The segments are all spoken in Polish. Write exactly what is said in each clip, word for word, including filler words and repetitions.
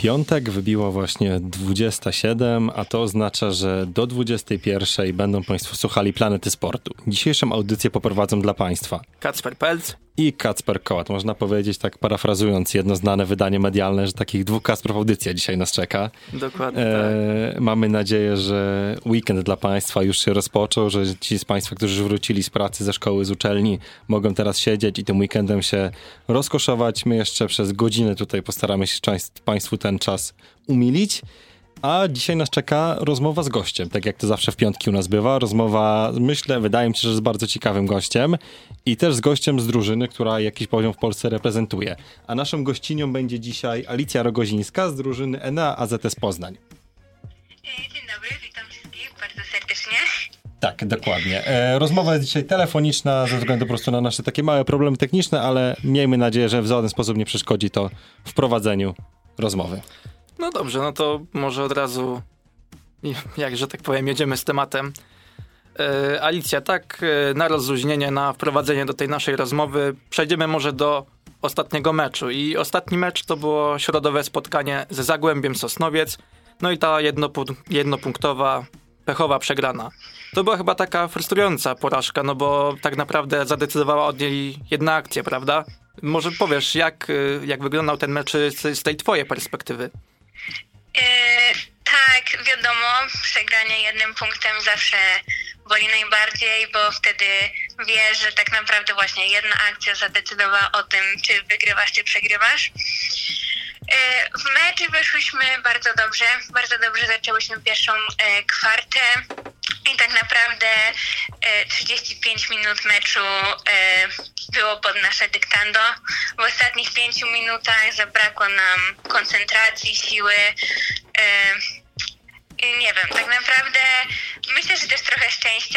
piątek, wybiło właśnie dwudziesta siedem, a to oznacza, że do dwudziestej pierwszej będą Państwo słuchali Planety Sportu. Dzisiejszą audycję poprowadzą dla Państwa Kacper Pelc i Kacper Kołat. Można powiedzieć, tak parafrazując jedno znane wydanie medialne, że takich dwóch Kacprów audycja dzisiaj nas czeka. Dokładnie e, tak. Mamy nadzieję, że weekend dla Państwa już się rozpoczął, że ci z Państwa, którzy wrócili z pracy, ze szkoły, z uczelni, mogą teraz siedzieć i tym weekendem się rozkoszować. My jeszcze przez godzinę tutaj postaramy się Państwu ten czas umilić. A dzisiaj nas czeka rozmowa z gościem, tak jak to zawsze w piątki u nas bywa. Rozmowa, myślę, wydaje mi się, że z bardzo ciekawym gościem i też z gościem z drużyny, która jakiś poziom w Polsce reprezentuje. A naszą gościnią będzie dzisiaj Alicja Rogozińska z drużyny Enea A Z S Poznań. Dzień dobry, witam wszystkich bardzo serdecznie. Tak, dokładnie. E, rozmowa jest dzisiaj telefoniczna ze względu po prostu na nasze takie małe problemy techniczne, ale miejmy nadzieję, że w żaden sposób nie przeszkodzi to w prowadzeniu rozmowy. No dobrze, no to może od razu, jak że tak powiem, jedziemy z tematem. E, Alicja, tak e, na rozluźnienie, na wprowadzenie do tej naszej rozmowy przejdziemy może do ostatniego meczu. I ostatni mecz to było środowe spotkanie ze Zagłębiem Sosnowiec. No i ta jednopu- jednopunktowa, pechowa przegrana. To była chyba taka frustrująca porażka, no bo tak naprawdę zadecydowała od niej jedna akcja, prawda? Może powiesz, jak, jak wyglądał ten mecz z, z tej twojej perspektywy? Yy, tak, wiadomo, przegranie jednym punktem zawsze boli najbardziej, bo wtedy wiesz, że tak naprawdę właśnie jedna akcja zadecydowała o tym, czy wygrywasz, czy przegrywasz. Yy, w mecz weszłyśmy bardzo dobrze, bardzo dobrze zaczęłyśmy pierwszą yy, kwartę i tak naprawdę yy, trzydzieści pięć minut meczu yy, było pod nasze dyktando. W ostatnich pięciu minutach zabrakło nam koncentracji, siły. Yy, nie wiem, tak naprawdę myślę, że też trochę szczęścia.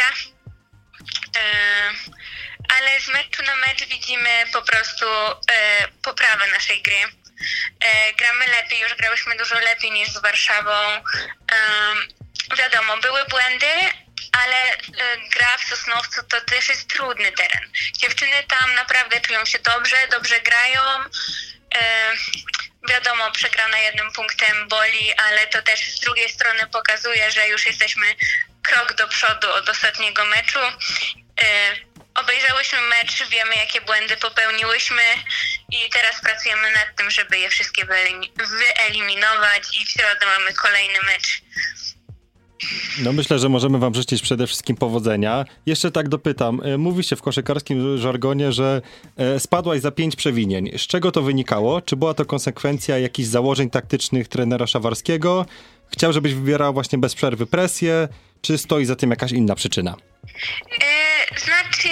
Yy, ale z meczu na mecz widzimy po prostu yy, poprawę naszej gry. Yy, gramy lepiej, już grałyśmy dużo lepiej niż z Warszawą. Yy, wiadomo, były błędy, ale y, gra w Sosnowcu to też jest trudny teren. Dziewczyny tam naprawdę czują się dobrze, dobrze grają. Y, wiadomo, przegrana jednym punktem boli, ale to też z drugiej strony pokazuje, że już jesteśmy krok do przodu od ostatniego meczu. Y, obejrzałyśmy mecz, wiemy jakie błędy popełniłyśmy i teraz pracujemy nad tym, żeby je wszystkie wyeliminować i w środę mamy kolejny mecz. No myślę, że możemy wam życzyć przede wszystkim powodzenia. Jeszcze tak dopytam, mówi się w koszykarskim żargonie, że spadłaś za pięć przewinień. Z czego to wynikało? Czy była to konsekwencja jakichś założeń taktycznych trenera Szawarskiego? Chciał, żebyś wybierała właśnie bez przerwy presję? Czy stoi za tym jakaś inna przyczyna? Yy, znaczy...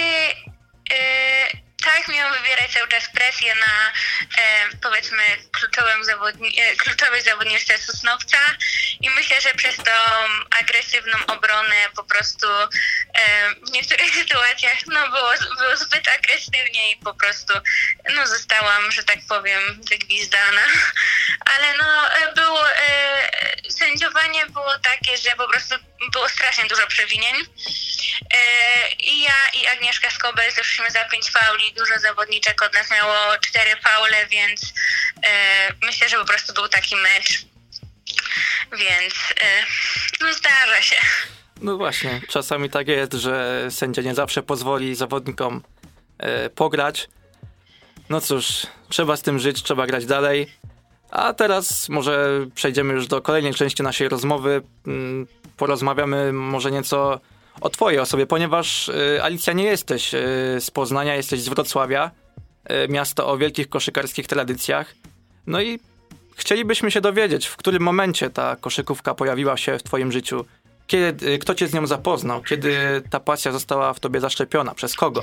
Yy... Tak, miałam wywierać cały czas presję na, e, powiedzmy, kluczowym zawodni- e, kluczowej zawodniczce Sosnowca i myślę, że przez tą agresywną obronę po prostu e, w niektórych sytuacjach no, było, było zbyt agresywnie i po prostu no, zostałam, że tak powiem, wygwizdana. Ale no, było, e, sędziowanie było takie, że po prostu było strasznie dużo przewinień. E, I ja i Agnieszka Skobel zeszliśmy za pięć fauli. Dużo zawodniczek od nas miało cztery faule, więc e, myślę, że po prostu był taki mecz. Więc e, no zdarza się. No właśnie, czasami tak jest, że sędzia nie zawsze pozwoli zawodnikom e, pograć. No cóż, trzeba z tym żyć, trzeba grać dalej. A teraz może przejdziemy już do kolejnej części naszej rozmowy. Porozmawiamy może nieco o twojej osobie, ponieważ y, Alicja, nie jesteś y, z Poznania, jesteś z Wrocławia, y, miasto o wielkich koszykarskich tradycjach. No i chcielibyśmy się dowiedzieć, w którym momencie ta koszykówka pojawiła się w twoim życiu. Kiedy, y, kto cię z nią zapoznał? Kiedy ta pasja została w tobie zaszczepiona? Przez kogo?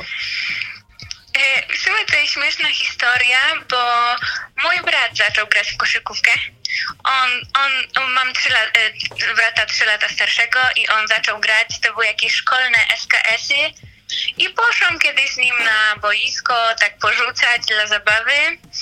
W sumie to jest śmieszna historia, bo mój brat zaczął grać w koszykówkę. On, on, on mam trzy lata, brata trzy lata starszego i on zaczął grać, to były jakieś szkolne S K S-y i poszłam kiedyś z nim na boisko, tak porzucać dla zabawy.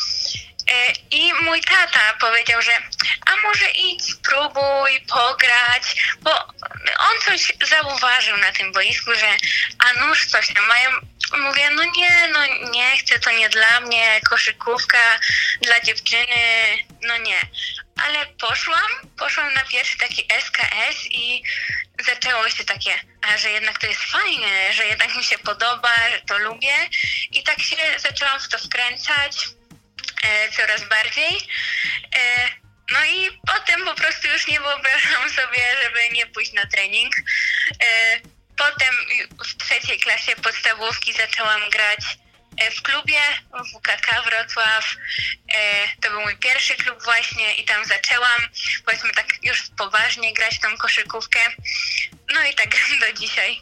I mój tata powiedział, że a może idź, spróbuj pograć, bo on coś zauważył na tym boisku, że a nuż coś tam mają. Mówię, no nie, no nie chcę, to nie dla mnie, koszykówka dla dziewczyny, no nie. ale poszłam, poszłam na pierwszy taki S K S i zaczęło się takie, a że jednak to jest fajne, że jednak mi się podoba, że to lubię i tak się zaczęłam w to wkręcać e, coraz bardziej. E, no i potem po prostu już nie wyobrażam sobie, żeby nie pójść na trening. E, potem w trzeciej klasie podstawówki zaczęłam grać w klubie W K K Wrocław. To był mój pierwszy klub właśnie i tam zaczęłam, powiedzmy tak już poważnie grać tą koszykówkę. No i tak do dzisiaj.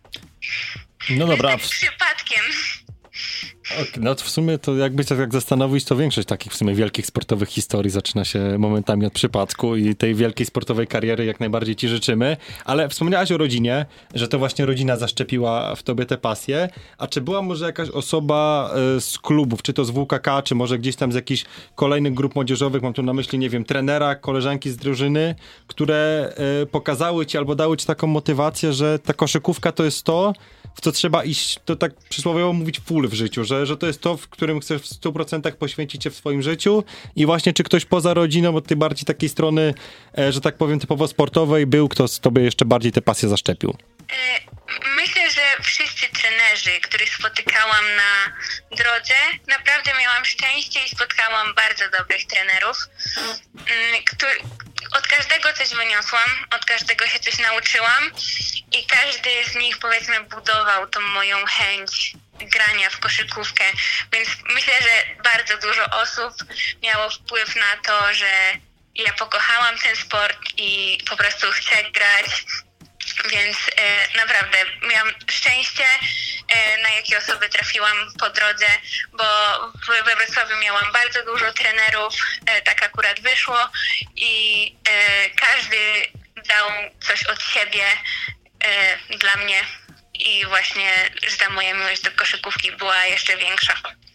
No dobra. Tak przypadkiem. Okay, no to w sumie to jakby się tak zastanowić, to większość takich w sumie wielkich sportowych historii zaczyna się momentami od przypadku i tej wielkiej sportowej kariery jak najbardziej ci życzymy, ale wspomniałaś o rodzinie, że to właśnie rodzina zaszczepiła w tobie tę pasję, a czy była może jakaś osoba y, z klubów, czy to z W K K, czy może gdzieś tam z jakichś kolejnych grup młodzieżowych, mam tu na myśli, nie wiem, trenera, koleżanki z drużyny, które y, pokazały ci albo dały ci taką motywację, że ta koszykówka to jest to, w co trzeba iść, to tak przysłowiowo mówić full w życiu, że, że to jest to, w którym chcesz w stu procentach poświęcić się w swoim życiu i właśnie czy ktoś poza rodziną od tej bardziej takiej strony, e, że tak powiem typowo sportowej był, kto z tobie jeszcze bardziej tę pasję zaszczepił? Myślę, że wszyscy trenerzy, których spotykałam na drodze, naprawdę miałam szczęście i spotkałam bardzo dobrych trenerów, który, od każdego coś wyniosłam, od każdego się coś nauczyłam i każdy z nich, powiedzmy, budował tą moją chęć grania w koszykówkę, więc myślę, że bardzo dużo osób miało wpływ na to, że ja pokochałam ten sport i po prostu chcę grać. Więc e, naprawdę miałam szczęście, e, na jakie osoby trafiłam po drodze, bo w, we Wrocławiu miałam bardzo dużo trenerów, e, tak akurat wyszło i e, każdy dał coś od siebie e, dla mnie i właśnie, że ta moja miłość do koszykówki była jeszcze większa.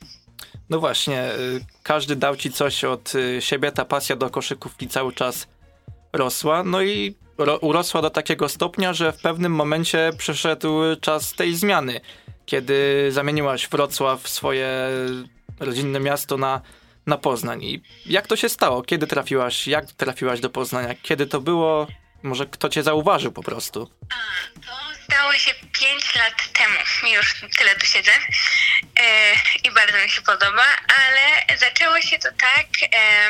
No właśnie, każdy dał ci coś od siebie, ta pasja do koszykówki cały czas rosła, no i ro- urosła do takiego stopnia, że w pewnym momencie przyszedł czas tej zmiany, kiedy zamieniłaś Wrocław, swoje rodzinne miasto na, na Poznań. I jak to się stało? Kiedy trafiłaś, jak trafiłaś do Poznania? Kiedy to było? Może kto cię zauważył po prostu? A, to stało się pięć lat temu. Już tyle tu siedzę e, i bardzo mi się podoba, ale zaczęło się to tak, e,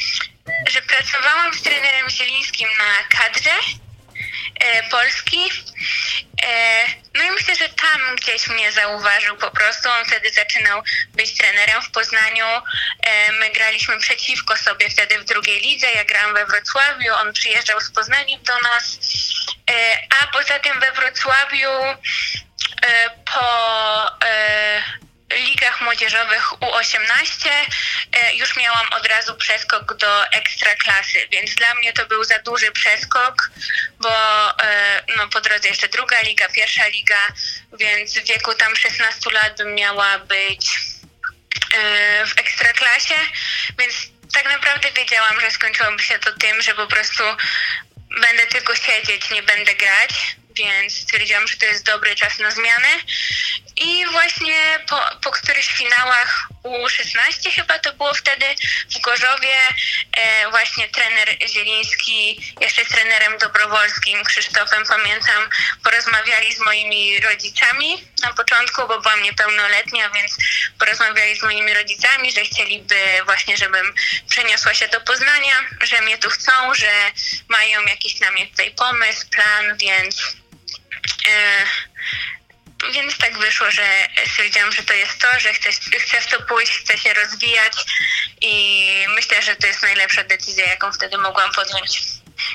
że pracowałam z trenerem Zielińskim na kadrze e, Polski. E, no i myślę, że tam gdzieś mnie zauważył po prostu. On wtedy zaczynał być trenerem w Poznaniu. E, my graliśmy przeciwko sobie wtedy w drugiej lidze. Ja grałam we Wrocławiu, on przyjeżdżał z Poznaniem do nas. E, a poza tym we Wrocławiu e, po e, ligach młodzieżowych U osiemnaście e, już miałam od razu przeskok do ekstraklasy, więc dla mnie to był za duży przeskok, bo e, no, po drodze jeszcze druga liga, pierwsza liga, więc w wieku tam szesnastu lat bym miała być e, w ekstraklasie, więc tak naprawdę wiedziałam, że skończyłoby się to tym, że po prostu będę tylko siedzieć, nie będę grać, więc stwierdziłam, że to jest dobry czas na zmianę. I właśnie po, po którychś finałach U szesnaście chyba to było wtedy w Gorzowie, e, właśnie trener Zieliński, jeszcze z trenerem Dobrowolskim, Krzysztofem, pamiętam, porozmawiali z moimi rodzicami na początku, bo byłam niepełnoletnia, więc porozmawiali z moimi rodzicami, że chcieliby właśnie, żebym przeniosła się do Poznania, że mnie tu chcą, że mają jakiś na mnie tutaj pomysł, plan, więc... E, Więc tak wyszło, że stwierdziłam, że to jest to, że chcę, chcę w to pójść, chcę się rozwijać i myślę, że to jest najlepsza decyzja, jaką wtedy mogłam podjąć.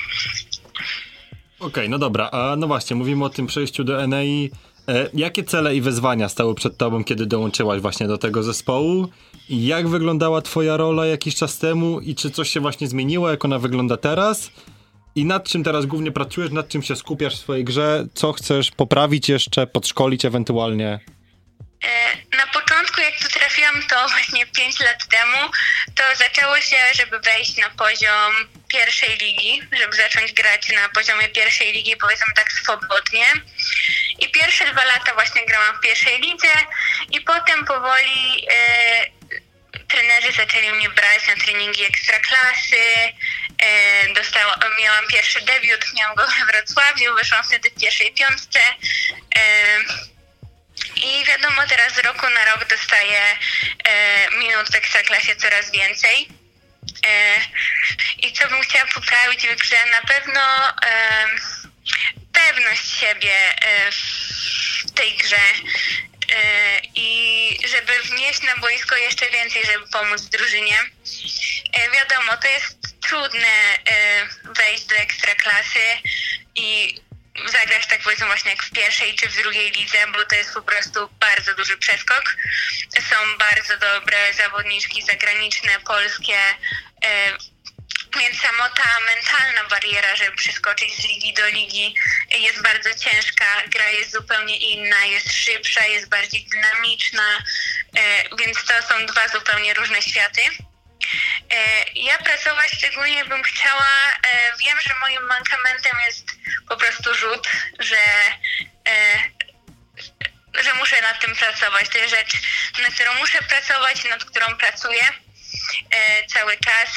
Okej, okay, no dobra, a no właśnie, mówimy o tym przejściu do N A I. E, jakie cele i wyzwania stały przed tobą, kiedy dołączyłaś właśnie do tego zespołu? I jak wyglądała twoja rola jakiś czas temu i czy coś się właśnie zmieniło, jak ona wygląda teraz? I nad czym teraz głównie pracujesz, nad czym się skupiasz w swojej grze? Co chcesz poprawić jeszcze, podszkolić ewentualnie? Na początku, jak tu trafiłam, to właśnie pięć lat temu, to zaczęło się, żeby wejść na poziom pierwszej ligi, żeby zacząć grać na poziomie pierwszej ligi, powiedzmy tak swobodnie. I pierwsze dwa lata właśnie grałam w pierwszej lidze i potem powoli e, trenerzy zaczęli mnie brać na treningi ekstraklasy, Dostała, miałam pierwszy debiut, miałam go we Wrocławiu, wyszłam wtedy w pierwszej piątce. I wiadomo, teraz z roku na rok dostaję minut w Ekstraklasie coraz więcej. I co bym chciała poprawić w grze? Na pewno pewność siebie w tej grze i żeby wnieść na boisko jeszcze więcej, żeby pomóc drużynie. Wiadomo, to jest trudne wejść do Ekstraklasy i zagrać tak powiedzmy właśnie jak w pierwszej czy w drugiej lidze, bo to jest po prostu bardzo duży przeskok. Są bardzo dobre zawodniczki zagraniczne, polskie, więc sama ta mentalna bariera, żeby przeskoczyć z ligi do ligi jest bardzo ciężka. Gra jest zupełnie inna, jest szybsza, jest bardziej dynamiczna, więc to są dwa zupełnie różne światy. Ja pracować szczególnie bym chciała, wiem, że moim mankamentem jest po prostu rzut, że, że muszę nad tym pracować. To jest rzecz, nad którą muszę pracować, nad którą pracuję cały czas.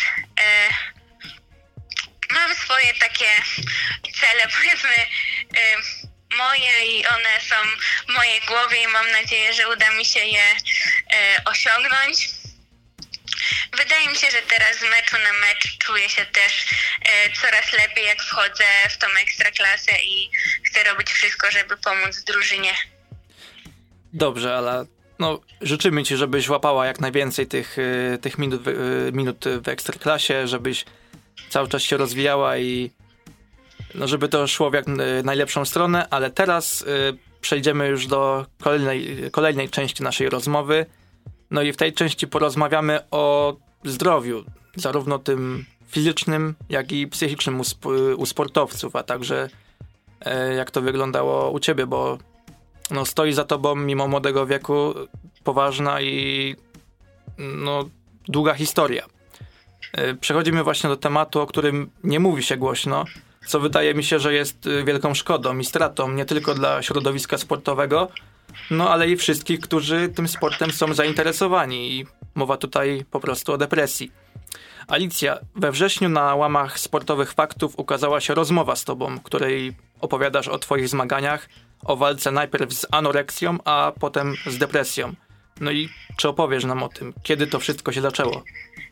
Mam swoje takie cele, powiedzmy, moje i one są w mojej głowie i mam nadzieję, że uda mi się je osiągnąć. Wydaje mi się, że teraz z meczu na mecz czuję się też e, coraz lepiej, jak wchodzę w tą Ekstraklasę i chcę robić wszystko, żeby pomóc drużynie. Dobrze, ale no, życzymy Ci, żebyś łapała jak najwięcej tych, tych minut, minut w Ekstraklasie, żebyś cały czas się rozwijała i no, żeby to szło w jak najlepszą stronę, ale teraz y, przejdziemy już do kolejnej, kolejnej części naszej rozmowy. No i w tej części porozmawiamy o zdrowiu, zarówno tym fizycznym, jak i psychicznym u, sp- u sportowców, a także e, jak to wyglądało u ciebie, bo no, stoi za tobą mimo młodego wieku poważna i no, długa historia. E, przechodzimy właśnie do tematu, o którym nie mówi się głośno, co wydaje mi się, że jest wielką szkodą i stratą nie tylko dla środowiska sportowego, no ale i wszystkich, którzy tym sportem są zainteresowani i mowa tutaj po prostu o depresji. Alicja, we wrześniu na łamach Sportowych Faktów ukazała się rozmowa z tobą, w której opowiadasz o twoich zmaganiach, o walce najpierw z anoreksją, a potem z depresją. No i czy opowiesz nam o tym, kiedy to wszystko się zaczęło?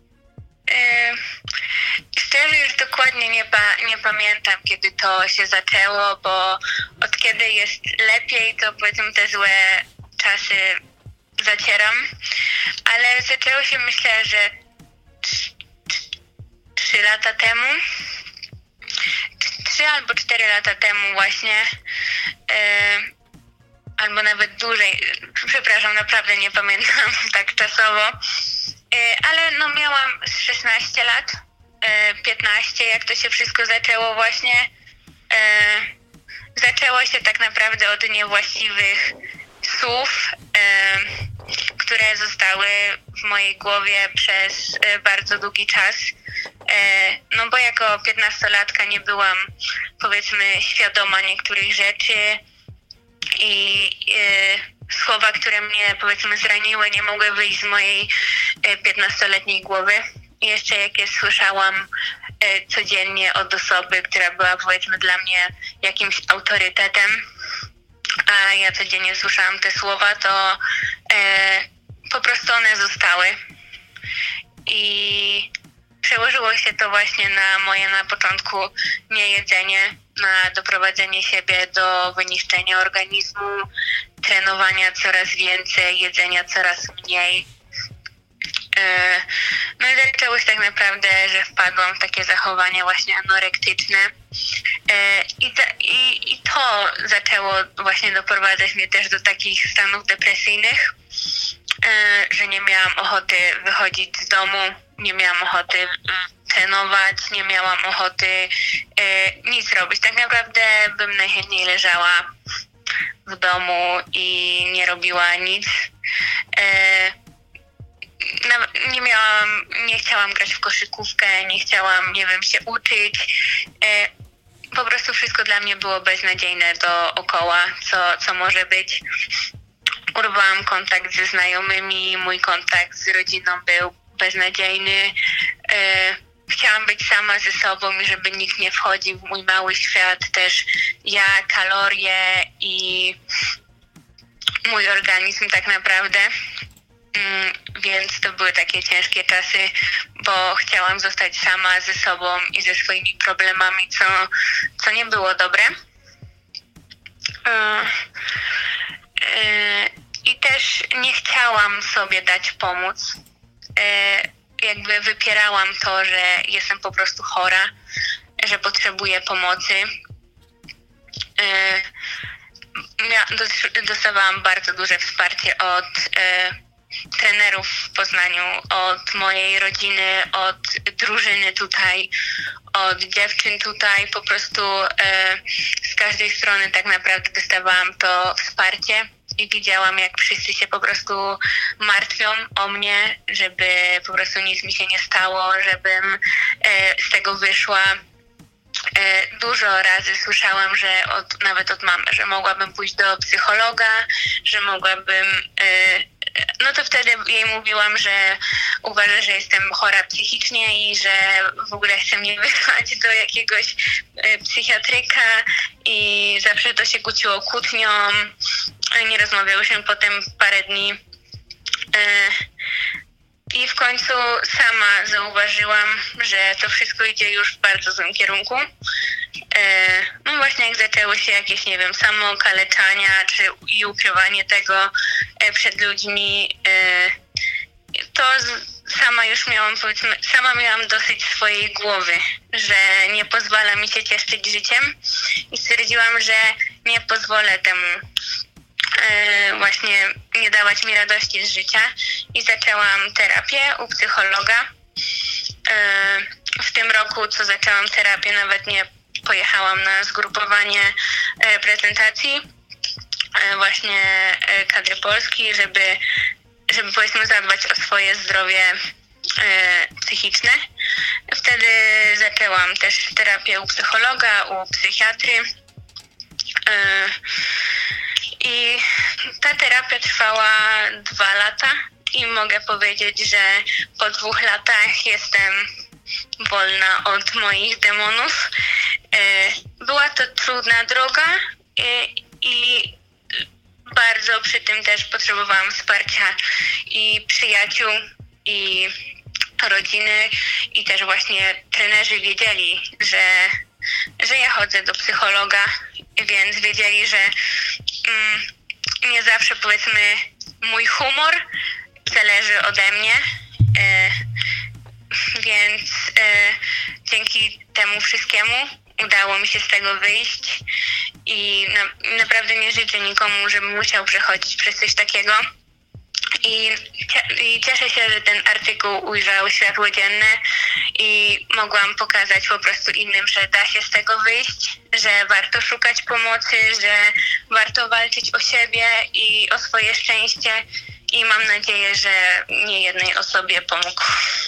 Szczerze już dokładnie nie, pa- nie pamiętam, kiedy to się zaczęło, bo od kiedy jest lepiej, to powiedzmy te złe czasy zacieram, ale zaczęło się, myślę, że trzy lata temu, trzy albo cztery lata temu właśnie, yy, albo nawet dłużej, przepraszam, naprawdę nie pamiętam tak czasowo, yy, ale no miałam szesnaście lat, piętnaście, jak to się wszystko zaczęło właśnie. E, zaczęło się tak naprawdę od niewłaściwych słów, e, które zostały w mojej głowie przez e, bardzo długi czas. E, no bo jako piętnastolatka nie byłam, powiedzmy, świadoma niektórych rzeczy i e, słowa, które mnie, powiedzmy, zraniły, nie mogły wyjść z mojej e, piętnastoletniej głowy. I jeszcze jak je słyszałam e, codziennie od osoby, która była, powiedzmy, dla mnie jakimś autorytetem, a ja codziennie słyszałam te słowa, to e, po prostu one zostały. I przełożyło się to właśnie na moje na początku niejedzenie, na doprowadzenie siebie do wyniszczenia organizmu, trenowania coraz więcej, jedzenia coraz mniej. No i zaczęło się tak naprawdę, że wpadłam w takie zachowania właśnie anorektyczne i, ta, i, i to zaczęło właśnie doprowadzać mnie też do takich stanów depresyjnych, że nie miałam ochoty wychodzić z domu, nie miałam ochoty trenować, nie miałam ochoty nic robić. Tak naprawdę bym najchętniej leżała w domu i nie robiła nic. Nie miałam, nie chciałam grać w koszykówkę, nie chciałam, nie wiem, się uczyć. Po prostu wszystko dla mnie było beznadziejne dookoła, co, co może być. Urwałam kontakt ze znajomymi, mój kontakt z rodziną był beznadziejny. chciałam być sama ze sobą i żeby nikt nie wchodził w mój mały świat, też ja, kalorie i mój organizm tak naprawdę. Mm, więc to były takie ciężkie czasy, bo chciałam zostać sama ze sobą i ze swoimi problemami, co, co nie było dobre. I też nie chciałam sobie dać pomóc. Jakby wypierałam to, że jestem po prostu chora, że potrzebuję pomocy. Dostawałam bardzo duże wsparcie od trenerów w Poznaniu, od mojej rodziny, od drużyny tutaj, od dziewczyn tutaj. Po prostu e, z każdej strony tak naprawdę dostawałam to wsparcie i widziałam, jak wszyscy się po prostu martwią o mnie, żeby po prostu nic mi się nie stało, żebym e, z tego wyszła. E, dużo razy słyszałam, że od, nawet od mamy, że mogłabym pójść do psychologa, że mogłabym... E, no to wtedy jej mówiłam, że uważa, że jestem chora psychicznie i że w ogóle chce mnie wysłać do jakiegoś e, psychiatryka i zawsze to się kłóciło kłótnią. Nie rozmawiałyśmy potem parę dni. E, I w końcu sama zauważyłam, że to wszystko idzie już w bardzo złym kierunku. No właśnie jak zaczęły się jakieś, nie wiem, samookaleczania czy i ukrywanie tego przed ludźmi, to sama już miałam, powiedzmy, sama miałam dosyć swojej głowy, że nie pozwala mi się cieszyć życiem i stwierdziłam, że nie pozwolę temu właśnie nie dawać mi radości z życia i zaczęłam terapię u psychologa. W tym roku, co zaczęłam terapię, nawet nie pojechałam na zgrupowanie reprezentacji właśnie kadry Polski, żeby, żeby powiedzmy zadbać o swoje zdrowie psychiczne. Wtedy zaczęłam też terapię u psychologa, u psychiatry. I ta terapia trwała dwa lata i mogę powiedzieć, że po dwóch latach jestem wolna od moich demonów. Była to trudna droga i bardzo przy tym też potrzebowałam wsparcia i przyjaciół, i rodziny, i też właśnie trenerzy wiedzieli, że, że ja chodzę do psychologa, więc wiedzieli, że mm, nie zawsze, powiedzmy, mój humor zależy ode mnie, e, więc e, dzięki temu wszystkiemu udało mi się z tego wyjść i na, naprawdę nie życzę nikomu, żeby musiał przechodzić przez coś takiego. I, I cieszę się, że ten artykuł ujrzał światło dzienne i mogłam pokazać po prostu innym, że da się z tego wyjść, że warto szukać pomocy, że warto walczyć o siebie i o swoje szczęście i mam nadzieję, że nie jednej osobie pomógł.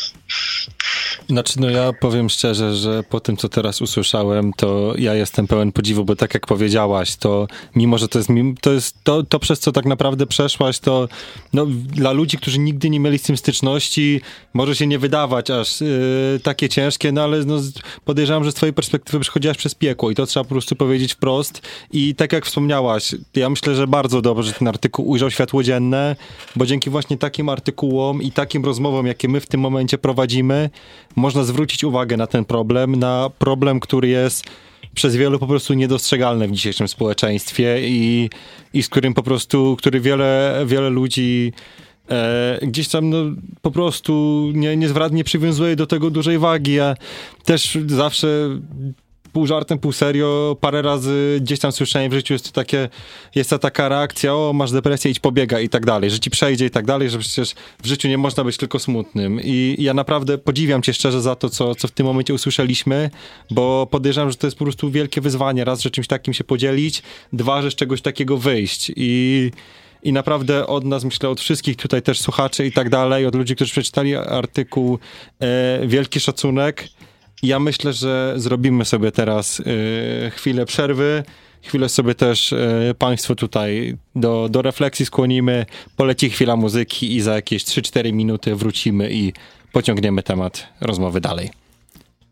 Znaczy, no ja powiem szczerze, że po tym, co teraz usłyszałem, to ja jestem pełen podziwu, bo tak jak powiedziałaś, to mimo, że to jest to, jest to, to przez co tak naprawdę przeszłaś, to no, dla ludzi, którzy nigdy nie mieli z tym styczności, może się nie wydawać aż yy, takie ciężkie, no ale no, podejrzewam, że z twojej perspektywy przechodziłaś przez piekło i to trzeba po prostu powiedzieć wprost. I tak jak wspomniałaś, ja myślę, że bardzo dobrze, że ten artykuł ujrzał światło dzienne, bo dzięki właśnie takim artykułom i takim rozmowom, jakie my w tym momencie prowadzimy, można zwrócić uwagę na ten problem, na problem, który jest przez wielu po prostu niedostrzegalny w dzisiejszym społeczeństwie i, i z którym po prostu, który wiele, wiele ludzi e, gdzieś tam no, po prostu nie, nie, zwra- nie przywiązuje do tego dużej wagi. Ja też zawsze pół żartem, pół serio, parę razy gdzieś tam słyszałem w życiu, jest to takie, jest to taka reakcja, o masz depresję, idź pobiegaj i tak dalej, że ci przejdzie i tak dalej, że przecież w życiu nie można być tylko smutnym. I ja naprawdę podziwiam cię szczerze za to, co, co w tym momencie usłyszeliśmy, bo podejrzewam, że to jest po prostu wielkie wyzwanie, raz, że czymś takim się podzielić, dwa, że z czegoś takiego wyjść i I naprawdę od nas, myślę, od wszystkich tutaj też słuchaczy i tak dalej, od ludzi, którzy przeczytali artykuł, e, wielki szacunek. Ja myślę, że zrobimy sobie teraz y, chwilę przerwy, chwilę sobie też y, państwo tutaj do, do refleksji skłonimy, poleci chwila muzyki i za jakieś trzy cztery minuty wrócimy i pociągniemy temat rozmowy dalej.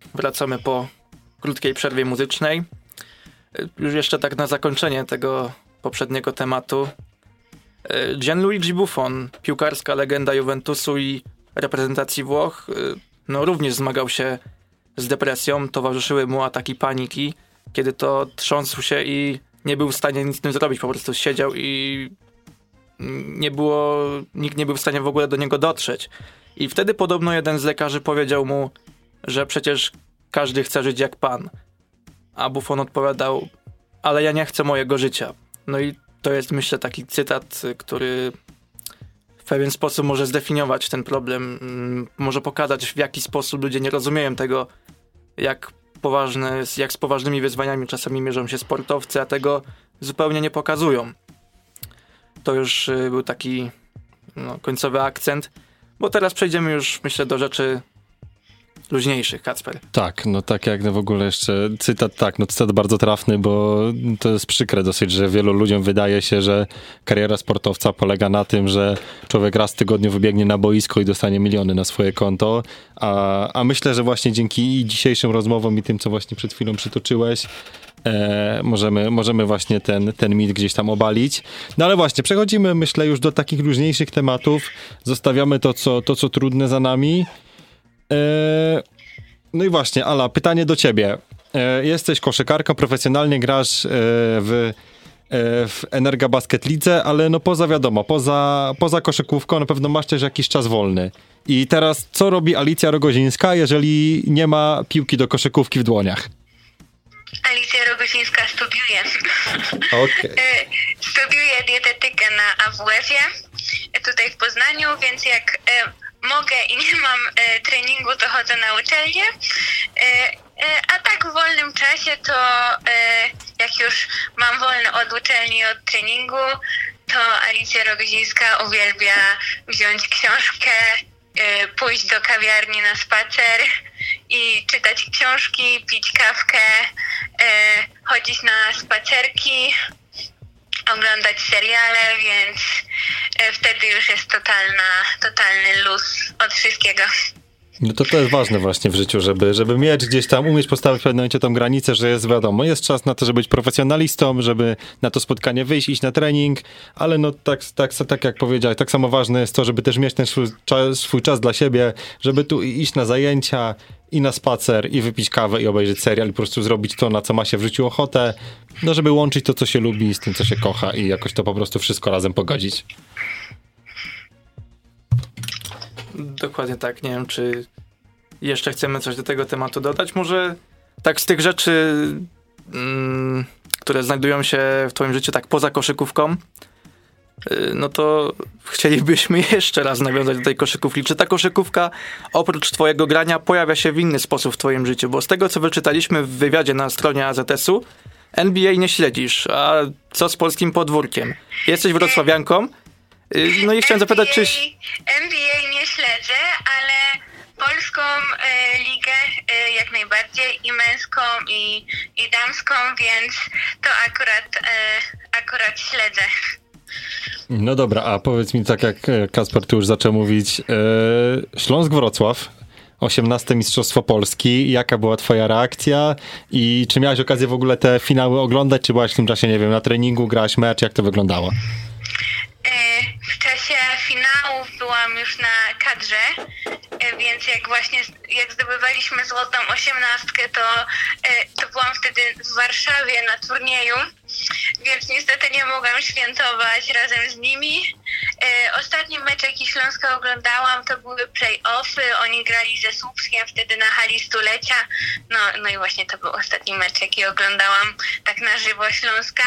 wracamy po krótkiej przerwie muzycznej. Już jeszcze tak na zakończenie tego poprzedniego tematu. Gianluigi Buffon, piłkarska legenda Juventusu i reprezentacji Włoch, no również zmagał się z depresją, towarzyszyły mu ataki paniki, kiedy to trząsł się i nie był w stanie nic z tym zrobić, po prostu siedział i nie było, nikt nie był w stanie w ogóle do niego dotrzeć. I wtedy podobno jeden z lekarzy powiedział mu, że przecież każdy chce żyć jak pan. A Buffon odpowiadał, ale ja nie chcę mojego życia. No i to jest, myślę, taki cytat, który w pewien sposób może zdefiniować ten problem, może pokazać, w jaki sposób ludzie nie rozumieją tego, jak poważne, jak z poważnymi wyzwaniami czasami mierzą się sportowcy, a tego zupełnie nie pokazują. To już był taki no, końcowy akcent, bo teraz przejdziemy już, myślę, do rzeczy luźniejszych, Kacper. Tak, no tak jak no w ogóle jeszcze cytat, tak, no cytat bardzo trafny, bo to jest przykre dosyć, że wielu ludziom wydaje się, że kariera sportowca polega na tym, że człowiek raz w tygodniu wybiegnie na boisko i dostanie miliony na swoje konto, a, a myślę, że właśnie dzięki dzisiejszym rozmowom i tym, co właśnie przed chwilą przytoczyłeś, E, możemy, możemy właśnie ten, ten mit gdzieś tam obalić. No ale właśnie, przechodzimy, myślę, już do takich luźniejszych tematów. Zostawiamy to, co, to, co trudne za nami. E, no i właśnie, Ala, pytanie do ciebie. E, jesteś koszykarką, profesjonalnie grasz e, w, e, w Energa Basket Lidze, ale no poza wiadomo, poza, poza koszykówką na pewno masz też jakiś czas wolny. I teraz, co robi Alicja Rogozińska, jeżeli nie ma piłki do koszykówki w dłoniach? Alicja Rogozińska studiuje. Okay. Studiuje dietetykę na A W F-ie tutaj w Poznaniu, więc jak e, mogę i nie mam e, treningu, to chodzę na uczelnię. E, e, a tak w wolnym czasie to e, jak już mam wolny od uczelni, od treningu, to Alicja Rogozińska uwielbia wziąć książkę, e, pójść do kawiarni na spacer i czytać książki, pić kawkę, e, chodzić na spacerki, oglądać seriale, więc e, wtedy już jest totalna, totalny luz od wszystkiego. No to to jest ważne właśnie w życiu, żeby, żeby mieć gdzieś tam, umieć postawić w pewnym momencie tą granicę, że jest wiadomo, jest czas na to, żeby być profesjonalistą, żeby na to spotkanie wyjść, iść na trening, ale no tak, tak, tak jak powiedziałeś, tak samo ważne jest to, żeby też mieć ten swój czas, swój czas dla siebie, żeby tu iść na zajęcia i na spacer i wypić kawę i obejrzeć serial i po prostu zrobić to, na co ma się w życiu ochotę, no żeby łączyć to, co się lubi z tym, co się kocha i jakoś to po prostu wszystko razem pogodzić. Dokładnie tak. Nie wiem, czy jeszcze chcemy coś do tego tematu dodać. Może tak z tych rzeczy, mm, które znajdują się w twoim życiu tak poza koszykówką, yy, no to chcielibyśmy jeszcze raz nawiązać do tej koszykówki. Czy ta koszykówka oprócz twojego grania pojawia się w inny sposób w twoim życiu? Bo z tego, co wyczytaliśmy w wywiadzie na stronie A Z S u, N B A nie śledzisz. A co z polskim podwórkiem? Jesteś wrocławianką? No i chciałem zapytać, czy... N B A nie śledzę, ale polską e, ligę e, jak najbardziej i męską i, i damską, więc to akurat, e, akurat śledzę. No dobra, a powiedz mi tak jak Kacper tu już zaczął mówić, e, Śląsk Wrocław, osiemnaste Mistrzostwo Polski, jaka była twoja reakcja i czy miałaś okazję w ogóle te finały oglądać, czy byłaś w tym czasie, nie wiem, na treningu, grałaś mecz, jak to wyglądało? W czasie finałów byłam już na kadrze, więc jak właśnie jak zdobywaliśmy złotą osiemnastkę, to, to byłam wtedy w Warszawie na turnieju, więc niestety nie mogłam świętować razem z nimi. Ostatni mecz, jaki Śląska oglądałam, to były play-offy, oni grali ze Słupskiem wtedy na hali stulecia, no, no i właśnie to był ostatni mecz, jaki oglądałam tak na żywo Śląska.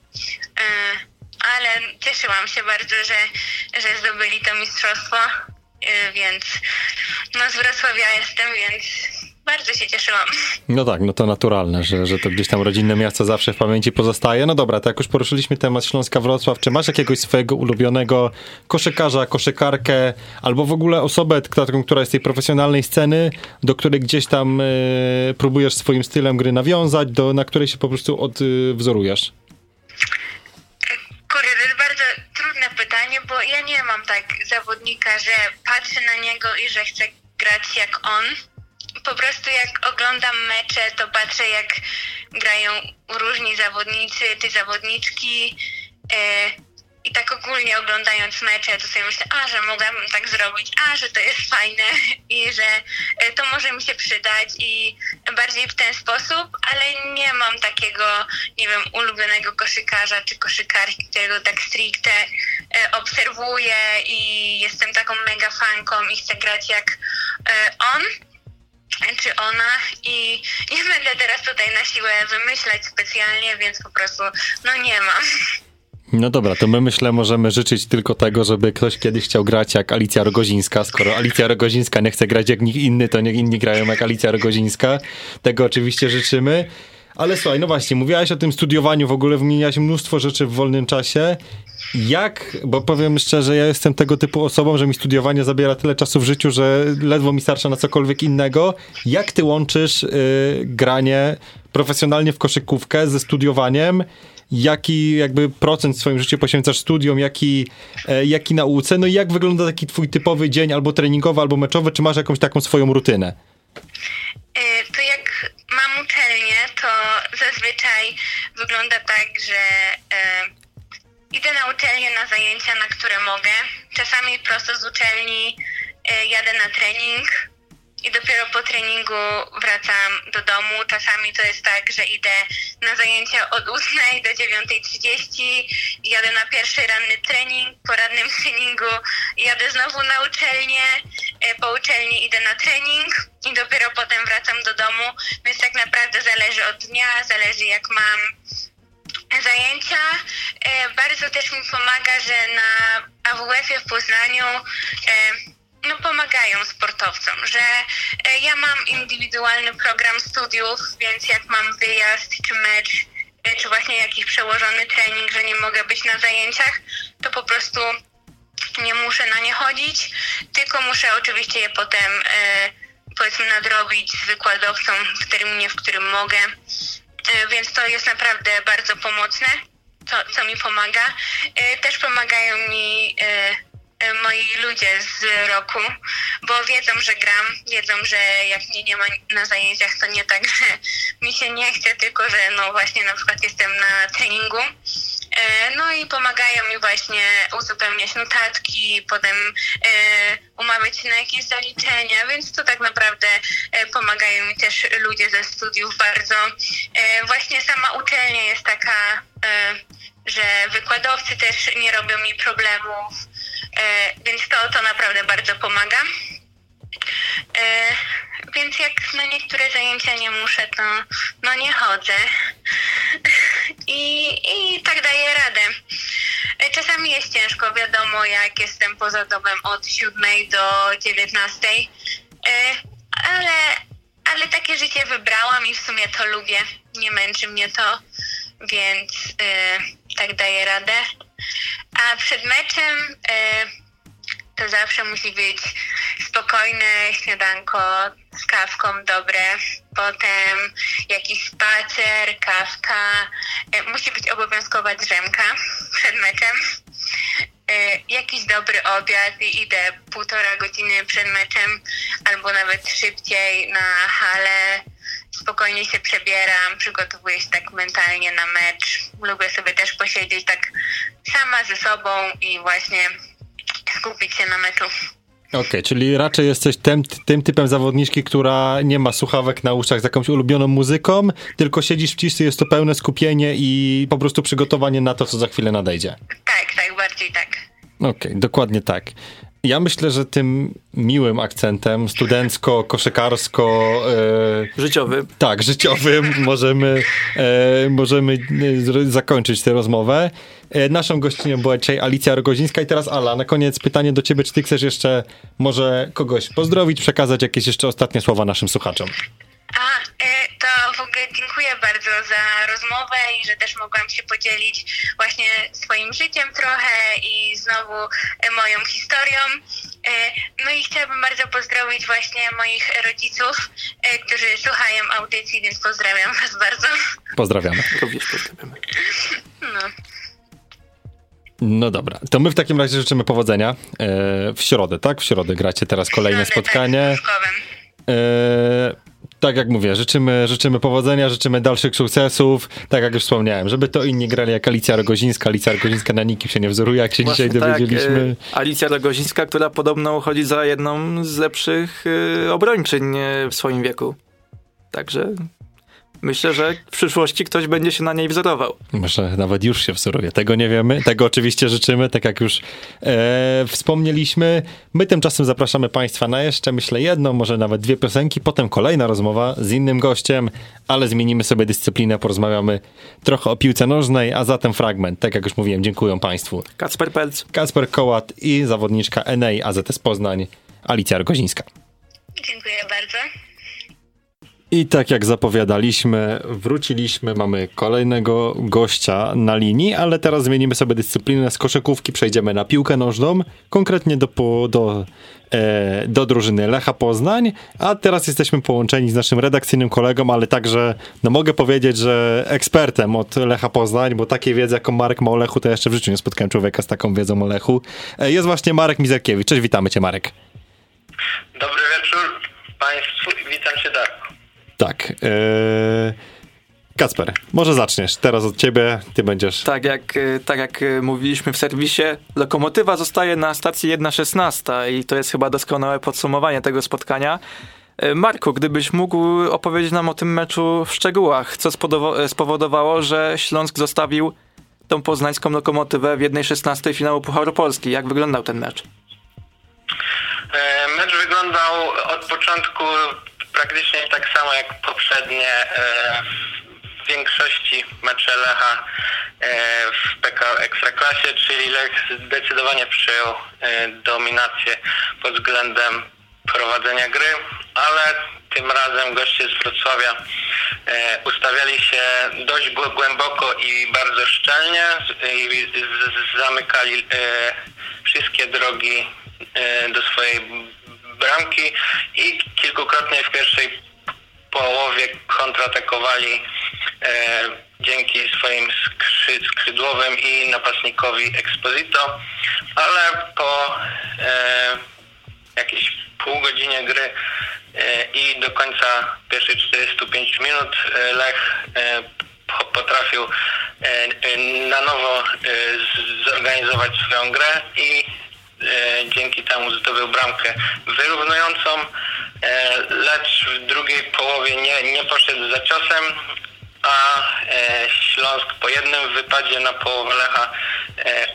Ale cieszyłam się bardzo, że, że zdobyli to mistrzostwo, więc no z Wrocławia jestem, więc bardzo się cieszyłam. No tak, no to naturalne, że, że to gdzieś tam rodzinne miasto zawsze w pamięci pozostaje. No dobra, to jak już poruszyliśmy temat Śląska Wrocław, czy masz jakiegoś swojego ulubionego koszykarza, koszykarkę, albo w ogóle osobę, taką, która jest z tej profesjonalnej sceny, do której gdzieś tam y, próbujesz swoim stylem gry nawiązać, do, na której się po prostu odwzorujesz? Kurde, to jest bardzo trudne pytanie, bo ja nie mam tak zawodnika, że patrzę na niego i że chcę grać jak on. po prostu jak oglądam mecze, to patrzę jak grają różni zawodnicy, ty zawodniczki yy, i tak ogólnie oglądając mecze, to sobie myślę, a że mogłabym tak zrobić, a że to jest fajne i że yy, to może mi się przydać i bardziej w ten sposób, ale nie mam takiego, nie wiem, ulubionego koszykarza czy koszykarki, którego tak stricte yy, obserwuję i jestem taką mega fanką i chcę grać jak yy, on czy ona i nie będę teraz tutaj na siłę wymyślać specjalnie, więc po prostu no nie mam. No dobra, to my myślę możemy życzyć tylko tego, żeby ktoś kiedyś chciał grać jak Alicja Rogozińska. Skoro Alicja Rogozińska nie chce grać jak nikt inny, to niech inni grają jak Alicja Rogozińska. Tego oczywiście życzymy. Ale słuchaj, no właśnie, mówiłaś o tym studiowaniu, w ogóle wymieniałaś mnóstwo rzeczy w wolnym czasie. Jak, bo powiem szczerze, ja jestem tego typu osobą, że mi studiowanie zabiera tyle czasu w życiu, że ledwo mi starcza na cokolwiek innego. Jak ty łączysz y, granie profesjonalnie w koszykówkę ze studiowaniem? Jaki jakby procent w swoim życiu poświęcasz studiom, jaki, e, jaki nauce? No i jak wygląda taki twój typowy dzień albo treningowy, albo meczowy? Czy masz jakąś taką swoją rutynę? To jak mam uczelnię, to zazwyczaj wygląda tak, że e, idę na uczelnię na zajęcia, na które mogę. Czasami prosto z uczelni e, jadę na trening i dopiero po treningu wracam do domu. Czasami to jest tak, że idę na zajęcia od ósmej do dziewiątej trzydzieści, jadę na pierwszy ranny trening, po rannym treningu jadę znowu na uczelnię, po uczelni idę na trening i dopiero potem wracam do domu, więc tak naprawdę zależy od dnia, zależy jak mam zajęcia. Bardzo też mi pomaga, że na A W F-ie w Poznaniu no pomagają sportowcom, że ja mam indywidualny program studiów, więc jak mam wyjazd czy mecz, czy właśnie jakiś przełożony trening, że nie mogę być na zajęciach, to po prostu nie muszę na nie chodzić, tylko muszę oczywiście je potem powiedzmy nadrobić z wykładowcą w terminie, w którym mogę, więc to jest naprawdę bardzo pomocne, to, co mi pomaga. Też pomagają mi moi ludzie z roku, bo wiedzą, że gram, wiedzą, że jak mnie nie ma na zajęciach, to nie tak, że mi się nie chce, tylko że no właśnie na przykład jestem na treningu. No i pomagają mi właśnie uzupełniać notatki, potem umawiać się na jakieś zaliczenia, więc to tak naprawdę pomagają mi też ludzie ze studiów bardzo. Właśnie sama uczelnia jest taka, że wykładowcy też nie robią mi problemów, więc to, to naprawdę bardzo pomaga. Więc jak na niektóre zajęcia nie muszę, to no nie chodzę. I, i tak daję radę. Czasami jest ciężko, wiadomo, jak jestem poza domem od siódmej do dziewiętnastej, ale, ale takie życie wybrałam i w sumie to lubię. Nie męczy mnie to, więc tak daję radę. A przed meczem to zawsze musi być spokojne śniadanko z kawką dobre, potem jakiś spacer, kawka, musi być obowiązkowa drzemka przed meczem, jakiś dobry obiad i idę półtora godziny przed meczem albo nawet szybciej na halę, spokojnie się przebieram, przygotowuję się tak mentalnie na mecz, lubię sobie też posiedzieć tak sama ze sobą i właśnie skupić się na meczu. Okej, okay, czyli raczej jesteś tym, tym typem zawodniczki, która nie ma słuchawek na uszach z jakąś ulubioną muzyką, tylko siedzisz w ciszy, jest to pełne skupienie i po prostu przygotowanie na to, co za chwilę nadejdzie. Tak, tak, bardziej tak. Okej, okay, dokładnie tak. Ja myślę, że tym miłym akcentem studencko, koszykarsko... E, życiowym. Tak, życiowym możemy, e, możemy e, zakończyć tę rozmowę. E, naszą gościnią była dzisiaj Alicja Rogozińska i teraz Ala, na koniec pytanie do ciebie, czy ty chcesz jeszcze może kogoś pozdrowić, przekazać jakieś jeszcze ostatnie słowa naszym słuchaczom? A, to w ogóle dziękuję bardzo za rozmowę i że też mogłam się podzielić właśnie swoim życiem trochę i znowu moją historią. No i chciałabym bardzo pozdrowić właśnie moich rodziców, którzy słuchają audycji, więc pozdrawiam was bardzo. Pozdrawiamy. Również pozdrawiamy. No. No dobra, to my w takim razie życzymy powodzenia. E, w środę, tak? W środę gracie teraz kolejne środę, spotkanie. Tak, Eee, tak jak mówię, życzymy, życzymy powodzenia, życzymy dalszych sukcesów. Tak jak już wspomniałem, żeby to inni grali jak Alicja Rogozińska. Alicja Rogozińska na nikim się nie wzoruje, jak się Właśnie dzisiaj dowiedzieliśmy. Tak, Alicja Rogozińska, która podobno uchodzi za jedną z lepszych obrończyń w swoim wieku. Także myślę, że w przyszłości ktoś będzie się na niej wzorował. Może nawet już się wzoruje. Tego nie wiemy. Tego oczywiście życzymy, tak jak już e, wspomnieliśmy. My tymczasem zapraszamy Państwa na jeszcze, myślę, jedną, może nawet dwie piosenki. Potem kolejna rozmowa z innym gościem, ale zmienimy sobie dyscyplinę, porozmawiamy trochę o piłce nożnej, a zatem fragment. Tak jak już mówiłem, dziękuję Państwu. Kacper Pelc. Kacper Kołat i zawodniczka N A A Z S Poznań, Alicja Rogozińska. Dziękuję bardzo. I tak jak zapowiadaliśmy, wróciliśmy, mamy kolejnego gościa na linii, ale teraz zmienimy sobie dyscyplinę z koszykówki, przejdziemy na piłkę nożną, konkretnie do, do, e, do drużyny Lecha Poznań, a teraz jesteśmy połączeni z naszym redakcyjnym kolegą, ale także, no mogę powiedzieć, że ekspertem od Lecha Poznań, bo takiej wiedzy, jaką Marek ma o Lechu, to ja jeszcze w życiu nie spotkałem człowieka z taką wiedzą o Lechu. E, jest właśnie Marek Mizerkiewicz. Cześć, witamy cię, Marek. Dobry wieczór Państwu, witam cię, Darku. Tak. Yy... Kacper, może zaczniesz. Teraz od ciebie, ty będziesz... Tak jak, tak jak mówiliśmy w serwisie, Lokomotywa zostaje na stacji jedna szesnasta i to jest chyba doskonałe podsumowanie tego spotkania. Marku, gdybyś mógł opowiedzieć nam o tym meczu w szczegółach, co spowodowało, że Śląsk zostawił tą poznańską Lokomotywę w jednej szesnastej finału Pucharu Polski. Jak wyglądał ten mecz? Mecz wyglądał od początku praktycznie tak samo jak poprzednie w większości mecze Lecha w P K L Ekstraklasie, czyli Lech zdecydowanie przejął dominację pod względem prowadzenia gry, ale tym razem goście z Wrocławia ustawiali się dość głęboko i bardzo szczelnie i zamykali wszystkie drogi do swojej bramki i kilkukrotnie w pierwszej połowie kontratakowali e, dzięki swoim skrzy, skrzydłowym i napastnikowi Exposito, ale po e, jakieś pół godzinie gry e, i do końca pierwszych czterdziestu pięciu minut e, Lech e, po, potrafił e, na nowo e, zorganizować swoją grę i E, dzięki temu zdobył bramkę wyrównującą, e, lecz w drugiej połowie nie, nie poszedł za ciosem, a e, Śląsk po jednym wypadzie na połowę Lecha e,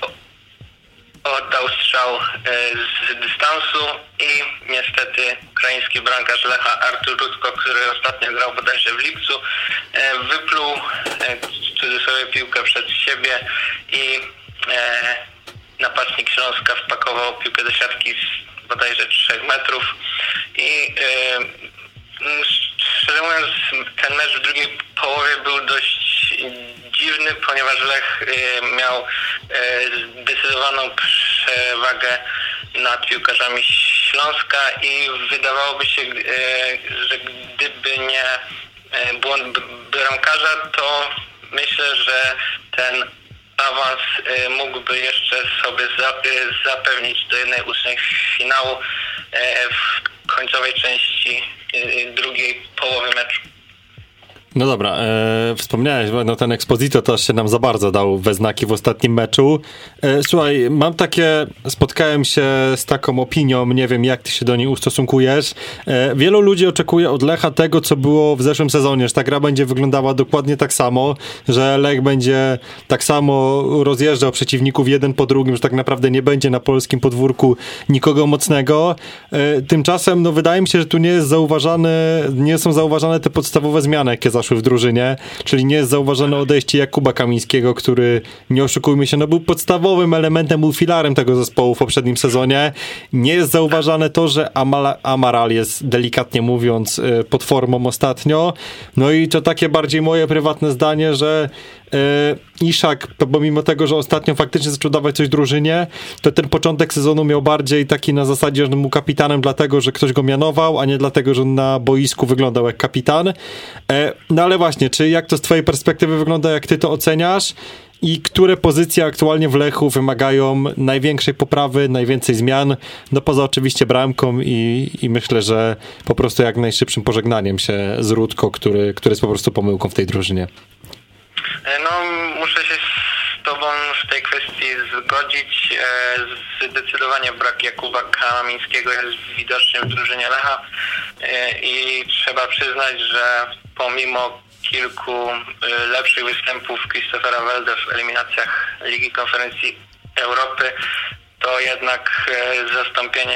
oddał strzał e, z dystansu i niestety ukraiński bramkarz Lecha Artur Rudko, który ostatnio grał bodajże w lipcu, e, wypluł e, w cudzysłowie piłkę przed siebie i e, napastnik Śląska wpakował piłkę do siatki z bodajże trzech metrów i yy, szczerze mówiąc ten mecz w drugiej połowie był dość dziwny, ponieważ Lech yy, miał yy, zdecydowaną przewagę nad piłkarzami Śląska i wydawałoby się, yy, że gdyby nie yy, błąd bramkarza, to myślę, że ten awans y, mógłby jeszcze sobie za, y, zapewnić do jednej ósmej finału y, w końcowej części y, drugiej połowy meczu. No dobra, e, wspomniałeś, no ten Exposito też się nam za bardzo dał we znaki w ostatnim meczu. E, słuchaj, mam takie, spotkałem się z taką opinią, nie wiem jak ty się do niej ustosunkujesz. E, wielu ludzi oczekuje od Lecha tego, co było w zeszłym sezonie, że ta gra będzie wyglądała dokładnie tak samo, że Lech będzie tak samo rozjeżdżał przeciwników jeden po drugim, że tak naprawdę nie będzie na polskim podwórku nikogo mocnego. E, tymczasem, no wydaje mi się, że tu nie jest zauważane, nie są zauważane te podstawowe zmiany, jakie zaszły w drużynie, czyli nie jest zauważone odejście Jakuba Kamińskiego, który, nie oszukujmy się, no był podstawowym elementem, był filarem tego zespołu w poprzednim sezonie. Nie jest zauważane to, że Amal- Amaral jest, delikatnie mówiąc, pod formą ostatnio. No i to takie bardziej moje prywatne zdanie, że Yy, Iszak, pomimo tego, że ostatnio faktycznie zaczął dawać coś drużynie, to ten początek sezonu miał bardziej taki na zasadzie, że był kapitanem dlatego, że ktoś go mianował, a nie dlatego, że on na boisku wyglądał jak kapitan. Yy, no ale właśnie, czy jak to z twojej perspektywy wygląda, jak ty to oceniasz? i które pozycje aktualnie w Lechu wymagają największej poprawy, najwięcej zmian, no poza oczywiście bramką i, i myślę, że po prostu jak najszybszym pożegnaniem się z Rutko, który, który jest po prostu pomyłką w tej drużynie. No, muszę się z Tobą w tej kwestii zgodzić. Zdecydowanie brak Jakuba Kamińskiego jest widoczny w drużynie Lecha i trzeba przyznać, że pomimo kilku lepszych występów Christophera Welde w eliminacjach Ligi Konferencji Europy, to jednak zastąpienie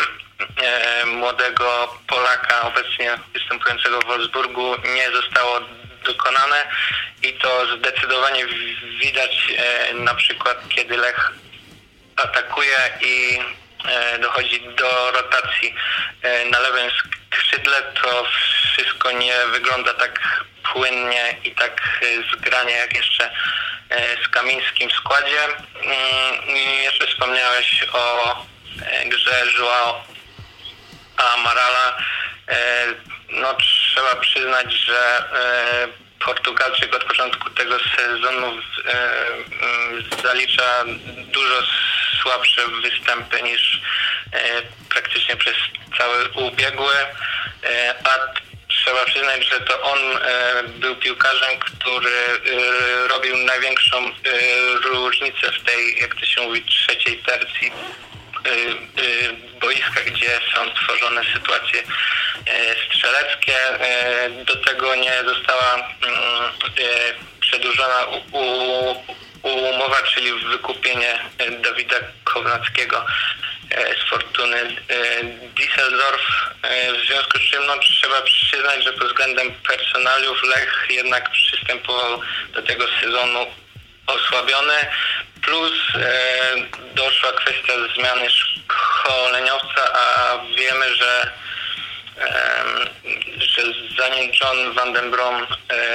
młodego Polaka obecnie występującego w Wolfsburgu nie zostało dokonane i to zdecydowanie widać na przykład, kiedy Lech atakuje i dochodzi do rotacji na lewym skrzydle, to wszystko nie wygląda tak płynnie i tak zgranie jak jeszcze z Kamińskim w składzie. I jeszcze wspomniałeś o grze João Amarala. No, trzeba przyznać, że Portugalczyk od początku tego sezonu zalicza dużo słabsze występy niż praktycznie przez cały ubiegły, a trzeba przyznać, że to on był piłkarzem, który robił największą różnicę w tej, jak to się mówi, trzeciej tercji boiska, gdzie są tworzone sytuacje strzeleckie. Do tego nie została przedłużona umowa, czyli wykupienie Dawida Kownackiego z Fortuny Düsseldorf. W związku z czym no, trzeba przyznać, że pod względem personaliów Lech jednak przystępował do tego sezonu osłabiony. Plus e, doszła kwestia zmiany szkoleniowca, a wiemy, że, e, że zanim John van den Brom e,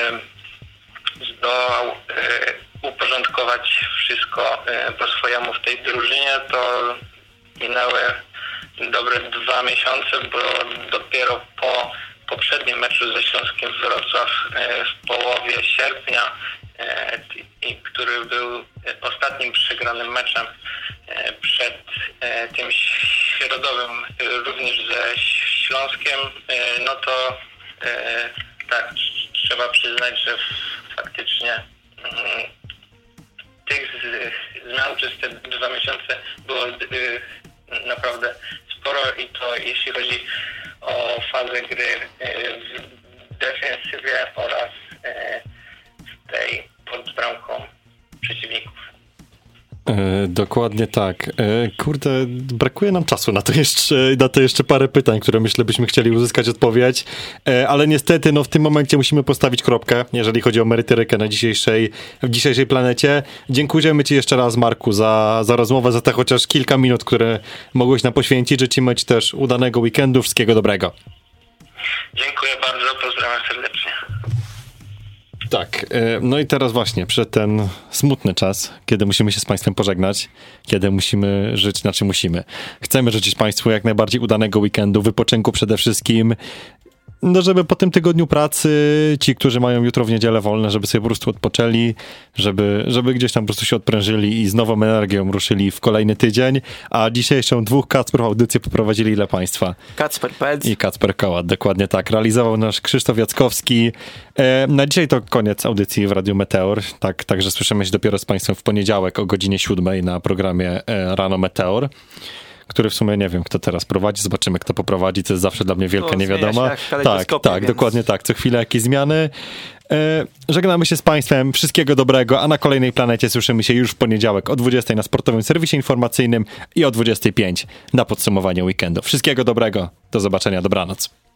zdołał e, uporządkować wszystko e, po swojemu w tej drużynie, to minęły dobre dwa miesiące, bo dopiero po poprzednim meczu ze Śląskiem Wrocław e, w połowie sierpnia, e, i, który był ostatnim przegranym meczem przed tym środowym również ze Śląskiem, no to tak, trzeba przyznać, że faktycznie tych zmian przez te dwa miesiące było naprawdę sporo i to jeśli chodzi o fazę gry w defensywie oraz w tej pod bramką przeciwników. E, dokładnie tak. E, kurde, brakuje nam czasu na to jeszcze, na to jeszcze parę pytań, które myślę byśmy chcieli uzyskać odpowiedź, e, ale niestety no w tym momencie musimy postawić kropkę, jeżeli chodzi o merytorykę na dzisiejszej, w dzisiejszej planecie. Dziękujemy Ci jeszcze raz, Marku, za, za rozmowę, za te chociaż kilka minut, które mogłeś nam poświęcić. Życzymy Ci też udanego weekendu, wszystkiego dobrego. Dziękuję bardzo, pozdrawiam serdecznie. Tak, no i teraz właśnie przyszedł ten smutny czas, kiedy musimy się z Państwem pożegnać, kiedy musimy żyć, znaczy musimy. Chcemy życzyć Państwu jak najbardziej udanego weekendu, wypoczynku przede wszystkim, no żeby po tym tygodniu pracy ci, którzy mają jutro w niedzielę wolne, żeby sobie po prostu odpoczęli, żeby, żeby gdzieś tam po prostu się odprężyli i z nową energią ruszyli w kolejny tydzień, a dzisiejszą dwóch Kacperów audycję poprowadzili ile Państwa? Kacper Pelc i Kacper Kołat, dokładnie tak. Realizował nasz Krzysztof Jackowski. E, na dzisiaj to koniec audycji w Radiu Meteor, tak, także słyszymy się dopiero z Państwem w poniedziałek o godzinie siódmej na programie e, Rano Meteor, który w sumie nie wiem, kto teraz prowadzi, zobaczymy, kto poprowadzi, to jest zawsze dla mnie wielka to niewiadoma. Tak, tak, więc... dokładnie tak, co chwilę jakieś zmiany. E, żegnamy się z Państwem, wszystkiego dobrego, a na kolejnej planecie słyszymy się już w poniedziałek o dwudziestej na sportowym serwisie informacyjnym i o dwudziestej pięć na podsumowanie weekendu. Wszystkiego dobrego, do zobaczenia, dobranoc.